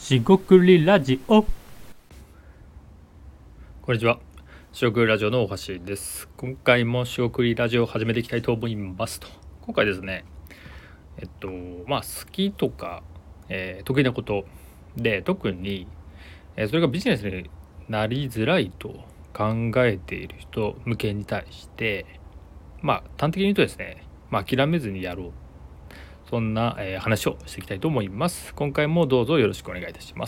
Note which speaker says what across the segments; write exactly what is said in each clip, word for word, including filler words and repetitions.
Speaker 1: しごくりラジオ。
Speaker 2: こんにちは。しごくりラジオの大橋です。今回もしごくりラジオを始めていきたいと思いますと。今回ですね、えっとまあ好きとか、えー、得意なことで、特に、えー、それがビジネスになりづらいと考えている人向けに対して、まあ端的に言うとですね、まあ、諦めずにやろう、そんな、えー、話をしていきたいと思います。今回もどうぞよろしくお願いいたします。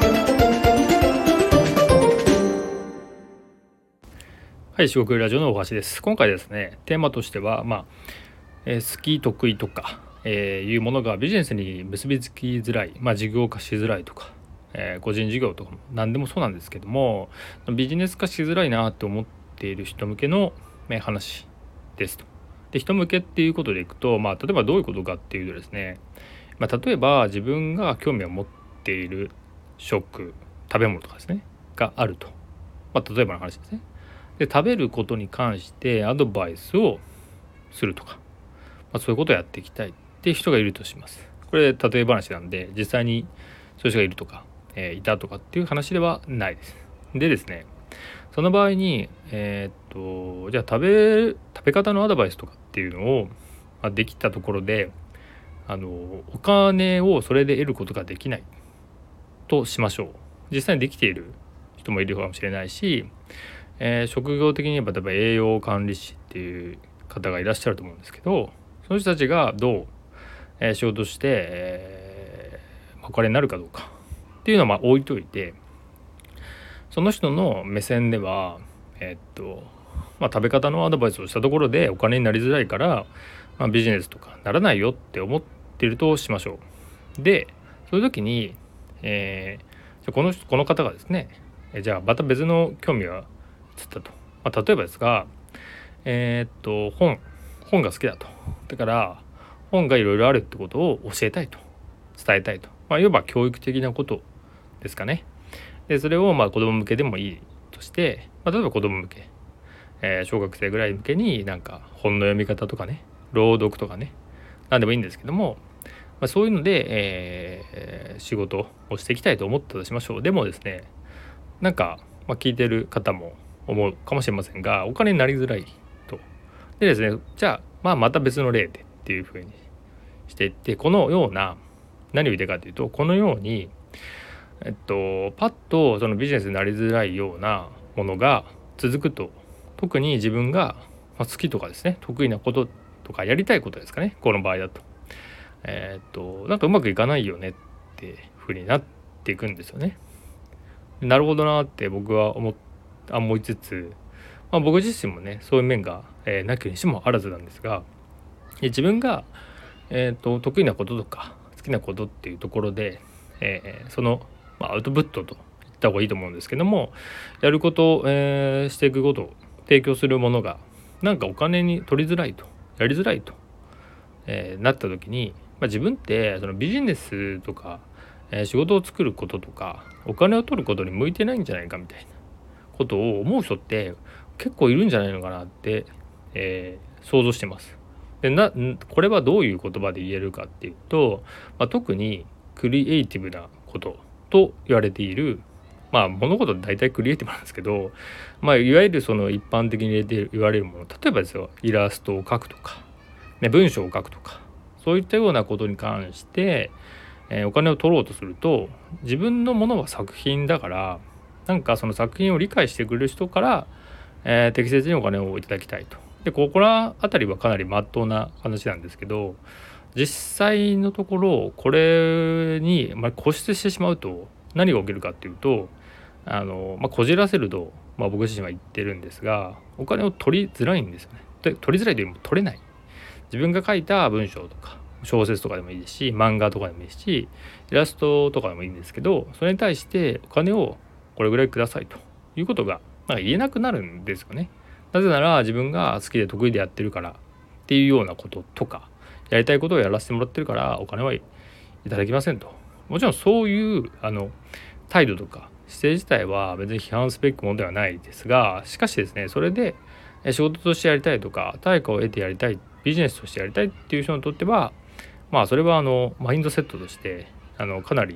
Speaker 2: はい、しごくりラジオの大橋です。今回ですね、テーマとしては、まあえー、好き得意とか、えー、いうものがビジネスに結びつきづらい、まあ、事業化しづらいとか、えー、個人事業とかも何でもそうなんですけども、ビジネス化しづらいなと思っている人向けの、ね、話ですと。で、人向けっていうことでいくと、まあ、例えばどういうことかっていうとですね、まあ、例えば自分が興味を持っている食、食べ物とかですねがあると、まあ、例えばの話ですね。で、食べることに関してアドバイスをするとか、まあ、そういうことをやっていきたいっていう人がいるとします。これ例え話なんで、実際にそういう人がいるとか、えー、いたとかっていう話ではないです。でですね、その場合に、えー、っとじゃあ食べ食べ方のアドバイスとかっていうのを、まあ、できたところで、あのお金をそれで得ることができないとしましょう。実際にできている人もいるかもしれないし、えー、職業的に言えば例えば栄養管理士っていう方がいらっしゃると思うんですけど、その人たちがどう、えー、仕事して、えー、お金になるかどうかっていうのはまあ置いといて、その人の目線では、えー、っとまあ、食べ方のアドバイスをしたところでお金になりづらいから、まあ、ビジネスとかならないよって思っているとしましょう。で、そういう時に、えー、じゃこのこの方がですね、えじゃあまた別の興味がつったと、まあ、例えばですが、えー、っと本本が好きだと。だから本がいろいろあるってことを教えたいと、伝えたいと、まあ、いわば教育的なことですかね。で、それをまあ子供向けでもいいとして、まあ、例えば子供向け、えー、小学生ぐらい向けになんか本の読み方とかね、朗読とかね、何でもいいんですけども、まあ、そういうので、えー、仕事をしていきたいと思ったとしましょう。でもですね、なんか、まあ、聞いてる方も思うかもしれませんが、お金になりづらいと。でですね、じゃあ、まあ、また別の例でっていうふうにしていって、このような、何を言いたいかというと、このように、えっと、パッとそのビジネスになりづらいようなものが続くと、特に自分が好きとかですね、得意なこととかやりたいことですかね、この場合だと。えっと、なんかうまくいかないよねっていうふうになっていくんですよね。なるほどなって僕は思思いつつ、まあ、僕自身もねそういう面が、えー、なきにしもあらずなんですが、自分が、えー、と得意なこととか好きなことっていうところで、えー、その、まあ、アウトプットと言った方がいいと思うんですけども、やることを、えー、していくことを提供するものがなんかお金に取りづらいと、やりづらいと、えー、なった時に、まあ、自分ってそのビジネスとか、えー、仕事を作ることとかお金を取ることに向いてないんじゃないかみたいなことを思う人って結構いるんじゃないのかなって、えー、想像してます。でなこれはどういう言葉で言えるかっていうと、まあ、特にクリエイティブなことと言われている、まあ物事って大体クリエイティブなんですけど、まあ、いわゆるその一般的に言われるもの、例えばですよ、イラストを描くとか、ね、文章を書くとか、そういったようなことに関して、えー、お金を取ろうとすると、自分のものは作品だから、なんかその作品を理解してくれる人から、えー、適切にお金をいただきたいと。で、ここらあたりはかなり真っ当な話なんですけど、実際のところこれに、まあ、固執してしまうと何が起きるかっていうと、あの、まあ、こじらせると、まあ、僕自身は言ってるんですが、お金を取りづらいんですよね。で、取りづらいというよりも取れない。自分が書いた文章とか小説とかでもいいですし、漫画とかでもいいですし、イラストとかでもいいんですけど、それに対してお金をこれぐらいくださいということがなんか言えなくなるんですよね。なぜなら自分が好きで得意でやってるからっていうようなこととか、やりたいことをやらせてもらってるからお金はいただきませんと。もちろんそういうあの態度とか姿勢自体は別に批判すべきものではないですが、しかしですね、それで仕事としてやりたいとか対価を得てやりたい、ビジネスとしてやりたいっていう人にとっては、まあそれはあのマインドセットとしてあのかなり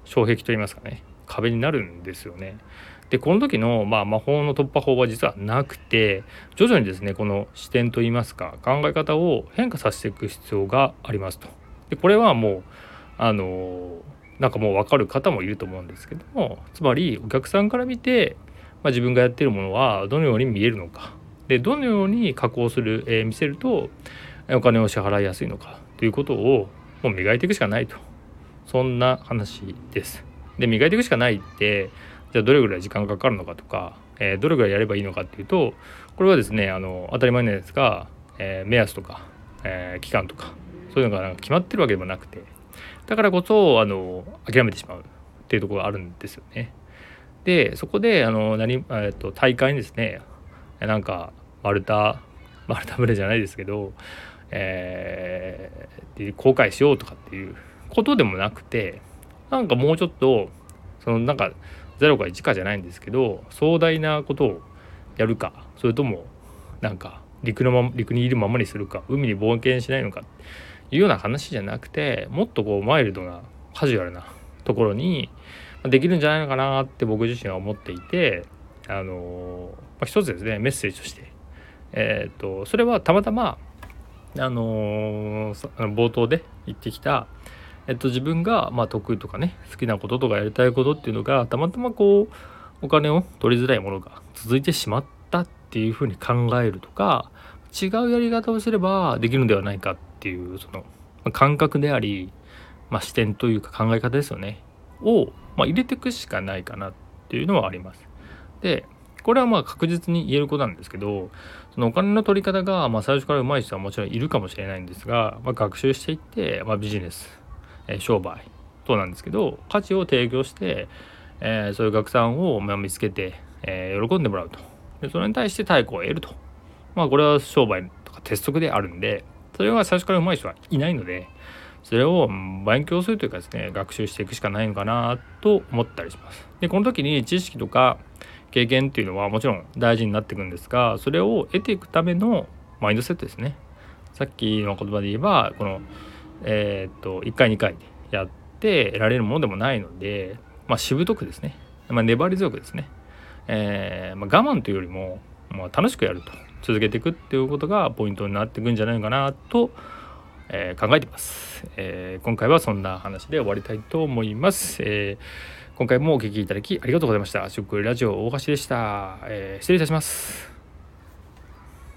Speaker 2: 障壁といいますかね、壁になるんですよね。でこの時の、まあ、魔法の突破法は実はなくて、徐々にですねこの視点といいますか考え方を変化させていく必要がありますと。でこれはもうあのなんかもう分かる方もいると思うんですけども、つまりお客さんから見て、まあ、自分がやっているものはどのように見えるのか、でどのように加工する、えー見せるとお金を支払いやすいのかということをもう磨いていくしかないと、そんな話です。で磨いていくしかないって、じゃあどれぐらい時間がかかるのかとか、えーどれぐらいやればいいのかっていうと、これはですねあの当たり前なんですが、えー目安とか、えー期間とかそういうのがなんか決まってるわけでもなくて、だからこそあの諦めてしまうっていうところがあるんですよね。でそこであの何、えっと、大会にですねなんか丸太丸太群れじゃないですけど、えー、で後悔しようとかっていうことでもなくて、なんかもうちょっとそのなんかゼロかいちかじゃないんですけど、壮大なことをやるか、それともなんか陸のま陸にいるままにするか、海に冒険しないのかいうような話じゃなくて、もっとこうマイルドなカジュアルなところにできるんじゃないのかなって僕自身は思っていて、あのまあ、一つですねメッセージとして、えー、とそれはたまたまあのー冒頭で言ってきた、えっと、自分がまあ得意とかね好きなこととかやりたいことっていうのがたまたまこうお金を取りづらいものが続いてしまったっていうふうに考えるとか、違うやり方をすればできるんではないかっていうそのまあ感覚であり、まあ、視点というか考え方ですよねを、まあ、入れていくしかないかなっていうのはあります。でこれはまあ確実に言えることなんですけど、そのお金の取り方がまあ最初から上手い人はもちろんいるかもしれないんですが、まあ、学習していって、まあ、ビジネス、えー商売等なんですけど、価値を提供して、えーそういうお客さんをまあ見つけて、えー喜んでもらうと。でそれに対して対価を得ると。まあこれは商売とか鉄則であるんで、それが最初から上手い人はいないので、それを勉強するというかですね学習していくしかないのかなと思ったりします。でこの時に知識とか経験っていうのはもちろん大事になっていくんですが、それを得ていくためのマインドセットですね。さっきの言葉で言えばこのえー、っといっかいにかいでやって得られるものでもないので、まあ、しぶとくですね、まあ、粘り強くですね、えーまあ、我慢というよりも、まあ、楽しくやると続けていくっていうことがポイントになっていくんじゃないかなと、えー考えています。えー今回はそんな話で終わりたいと思います。えー今回もお聞きいただきありがとうございました。ショックラジオ大橋でした。えー失礼いたします。